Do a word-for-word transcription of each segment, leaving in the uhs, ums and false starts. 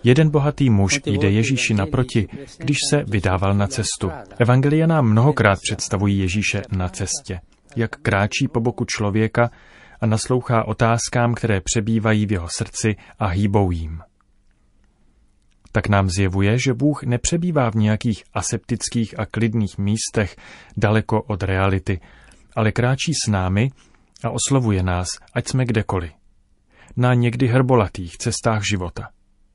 Jeden bohatý muž jde Ježíši naproti, když se vydával na cestu. Evangelia nám mnohokrát představují Ježíše na cestě, jak kráčí po boku člověka a naslouchá otázkám, které přebývají v jeho srdci a hýbou jím. Tak nám zjevuje, že Bůh nepřebývá v nějakých aseptických a klidných místech daleko od reality, ale kráčí s námi a oslovuje nás, ať jsme kdekoliv. Na někdy hrbolatých cestách života.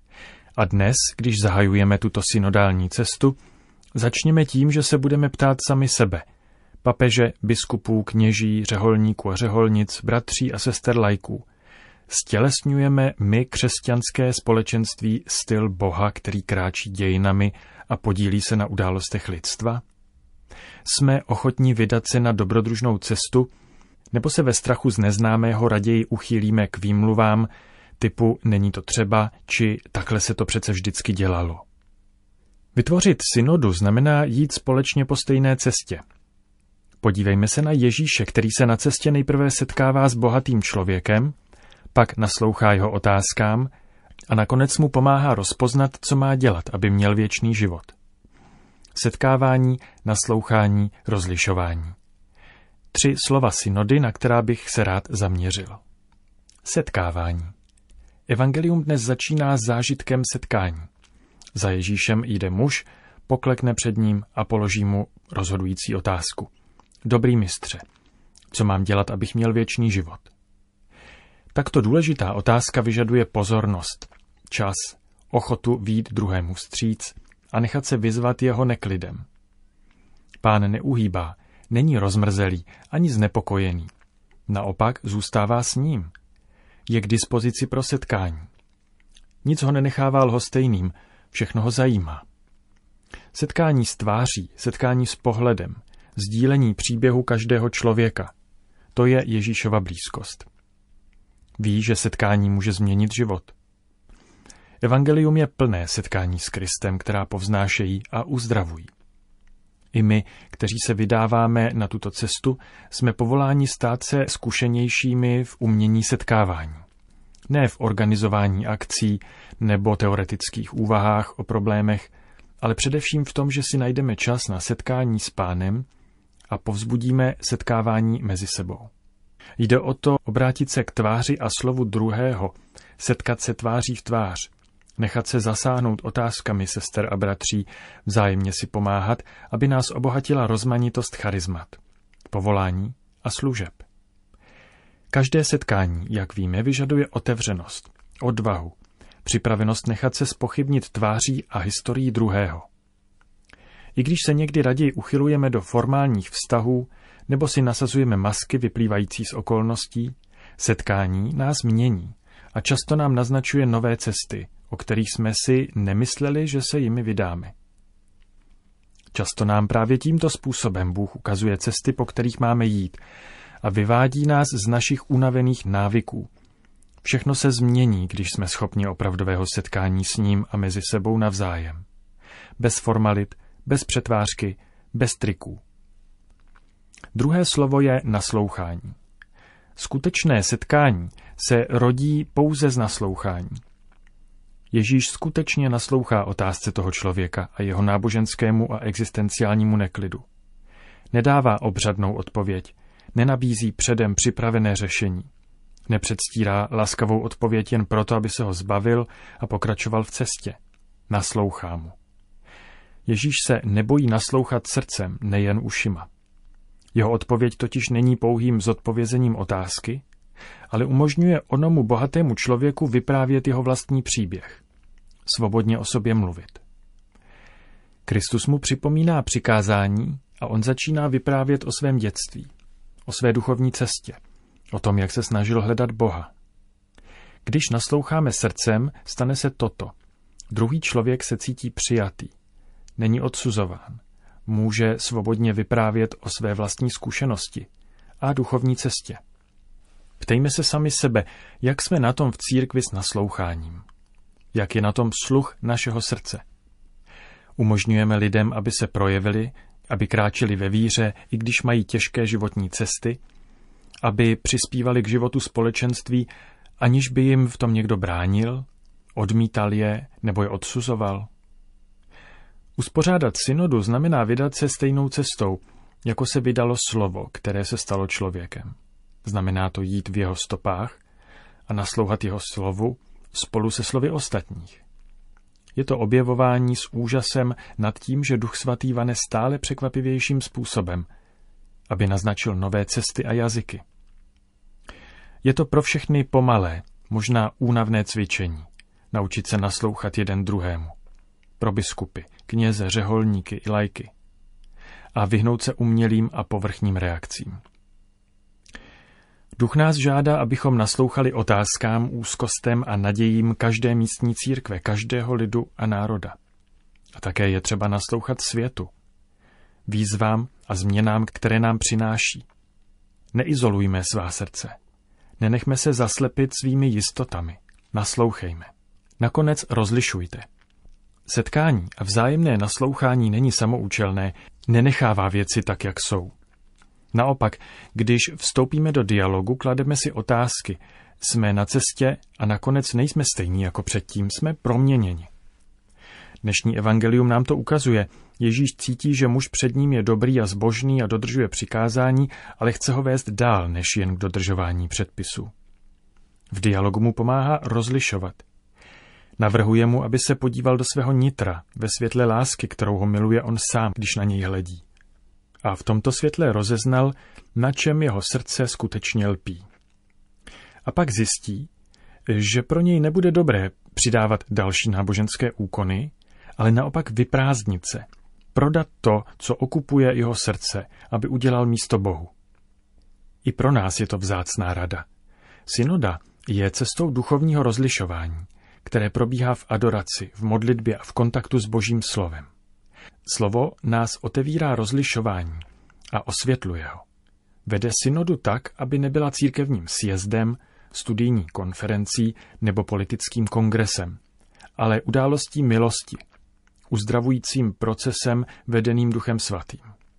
A dnes, když zahajujeme tuto synodální cestu, začněme tím, že se budeme ptát sami sebe, papeže, biskupů, kněží, řeholníků a řeholnic, bratří a sester laiků. Stělesňujeme my křesťanské společenství styl Boha, který kráčí dějinami a podílí se na událostech lidstva? Jsme ochotní vydat se na dobrodružnou cestu, nebo se ve strachu z neznámého raději uchýlíme k výmluvám typu není to třeba, či takhle se to přece vždycky dělalo. Vytvořit synodu znamená jít společně po stejné cestě. Podívejme se na Ježíše, který se na cestě nejprve setkává s bohatým člověkem, pak naslouchá jeho otázkám a nakonec mu pomáhá rozpoznat, co má dělat, aby měl věčný život. Setkávání, naslouchání, rozlišování. Tři slova synody, na která bych se rád zaměřil. Setkávání. Evangelium dnes začíná s zážitkem setkání. Za Ježíšem jde muž, poklekne před ním a položí mu rozhodující otázku. Dobrý mistře, co mám dělat, abych měl věčný život? Takto důležitá otázka vyžaduje pozornost, čas, ochotu vyjít druhému vstříc a nechat se vyzvat jeho neklidem. Pán neuhýbá, není rozmrzelý ani znepokojený. Naopak zůstává s ním. Je k dispozici pro setkání. Nic ho nenechává lhostejným, všechno ho zajímá. Setkání s tváří, setkání s pohledem, sdílení příběhu každého člověka. To je Ježíšova blízkost. Ví, že setkání může změnit život. Evangelium je plné setkání s Kristem, která povznášejí a uzdravují. I my, kteří se vydáváme na tuto cestu, jsme povoláni stát se zkušenějšími v umění setkávání. Ne v organizování akcí nebo teoretických úvahách o problémech, ale především v tom, že si najdeme čas na setkání s Pánem a povzbudíme setkávání mezi sebou. Jde o to obrátit se k tváři a slovu druhého, setkat se tváří v tvář, nechat se zasáhnout otázkami sester a bratří, vzájemně si pomáhat, aby nás obohatila rozmanitost charizmat, povolání a služeb. Každé setkání, jak víme, vyžaduje otevřenost, odvahu, připravenost nechat se zpochybnit tváří a historií druhého. I když se někdy raději uchylujeme do formálních vztahů nebo si nasazujeme masky vyplývající z okolností, setkání nás mění a často nám naznačuje nové cesty, o kterých jsme si nemysleli, že se jimi vydáme. Často nám právě tímto způsobem Bůh ukazuje cesty, po kterých máme jít a vyvádí nás z našich unavených návyků. Všechno se změní, když jsme schopni opravdového setkání s ním a mezi sebou navzájem. Bez formalit, bez přetvářky, bez triků. Druhé slovo je naslouchání. Skutečné setkání se rodí pouze z naslouchání. Ježíš skutečně naslouchá otázce toho člověka a jeho náboženskému a existenciálnímu neklidu. Nedává obřadnou odpověď, nenabízí předem připravené řešení. Nepředstírá laskavou odpověď jen proto, aby se ho zbavil a pokračoval v cestě. Naslouchá mu. Ježíš se nebojí naslouchat srdcem, nejen ušima. Jeho odpověď totiž není pouhým zodpovězením otázky, ale umožňuje onomu bohatému člověku vyprávět jeho vlastní příběh. Svobodně o sobě mluvit. Kristus mu připomíná přikázání a on začíná vyprávět o svém dětství, o své duchovní cestě, o tom, jak se snažil hledat Boha. Když nasloucháme srdcem, stane se toto. Druhý člověk se cítí přijatý, není odsuzován, může svobodně vyprávět o své vlastní zkušenosti a duchovní cestě. Ptejme se sami sebe, jak jsme na tom v církvi s nasloucháním. Jak je na tom sluch našeho srdce. Umožňujeme lidem, aby se projevili, aby kráčeli ve víře, i když mají těžké životní cesty, aby přispívali k životu společenství, aniž by jim v tom někdo bránil, odmítal je nebo je odsuzoval? Uspořádat synodu znamená vydat se stejnou cestou, jako se vydalo slovo, které se stalo člověkem. Znamená to jít v jeho stopách a naslouchat jeho slovu spolu se slovy ostatních. Je to objevování s úžasem nad tím, že Duch Svatý vane stále překvapivějším způsobem, aby naznačil nové cesty a jazyky. Je to pro všechny pomalé, možná únavné cvičení, naučit se naslouchat jeden druhému. Pro biskupy, kněze, řeholníky i laiky. A vyhnout se umělým a povrchním reakcím. Duch nás žádá, abychom naslouchali otázkám, úzkostem a nadějím každé místní církve, každého lidu a národa. A také je třeba naslouchat světu, výzvám a změnám, které nám přináší. Neizolujme svá srdce. Nenechme se zaslepit svými jistotami. Naslouchejme. Nakonec rozlišujte. Setkání a vzájemné naslouchání není samoučelné, nenechává věci tak, jak jsou. Naopak, když vstoupíme do dialogu, klademe si otázky. Jsme na cestě a nakonec nejsme stejní jako předtím, jsme proměněni. Dnešní evangelium nám to ukazuje. Ježíš cítí, že muž před ním je dobrý a zbožný a dodržuje přikázání, ale chce ho vést dál, než jen k dodržování předpisů. V dialogu mu pomáhá rozlišovat. Navrhuje mu, aby se podíval do svého nitra, ve světle lásky, kterou ho miluje on sám, když na něj hledí. A v tomto světle rozeznal, na čem jeho srdce skutečně lpí. A pak zjistí, že pro něj nebude dobré přidávat další náboženské úkony, ale naopak vyprázdnit se, prodat to, co okupuje jeho srdce, aby udělal místo Bohu. I pro nás je to vzácná rada. Synoda je cestou duchovního rozlišování, které probíhá v adoraci, v modlitbě a v kontaktu s Božím slovem. Slovo nás otevírá rozlišování a osvětluje ho. Vede synodu tak, aby nebyla církevním sjezdem, studijní konferencí nebo politickým kongresem, ale událostí milosti, uzdravujícím procesem vedeným Duchem Svatým.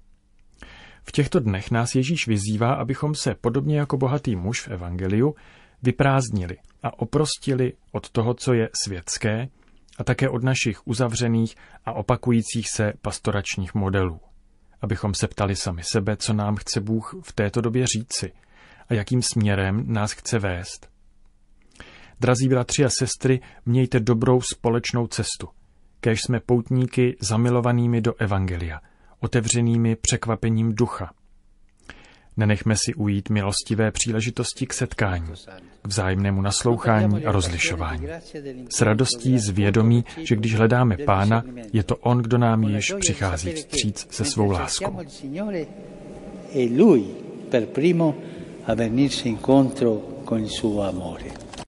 V těchto dnech nás Ježíš vyzývá, abychom se, podobně jako bohatý muž v evangeliu, vyprázdnili a oprostili od toho, co je světské, a také od našich uzavřených a opakujících se pastoračních modelů. Abychom se ptali sami sebe, co nám chce Bůh v této době říci a jakým směrem nás chce vést. Drazí bratři a sestry, mějte dobrou společnou cestu, kéž jsme poutníky zamilovanými do evangelia, otevřenými překvapením ducha. Nenechme si ujít milostivé příležitosti k setkání, k vzájemnému naslouchání a rozlišování. S radostí z vědomí, že když hledáme Pána, je to On, kdo nám již přichází vstříc se svou láskou. E lui per primo a venirci incontro con il suo amore.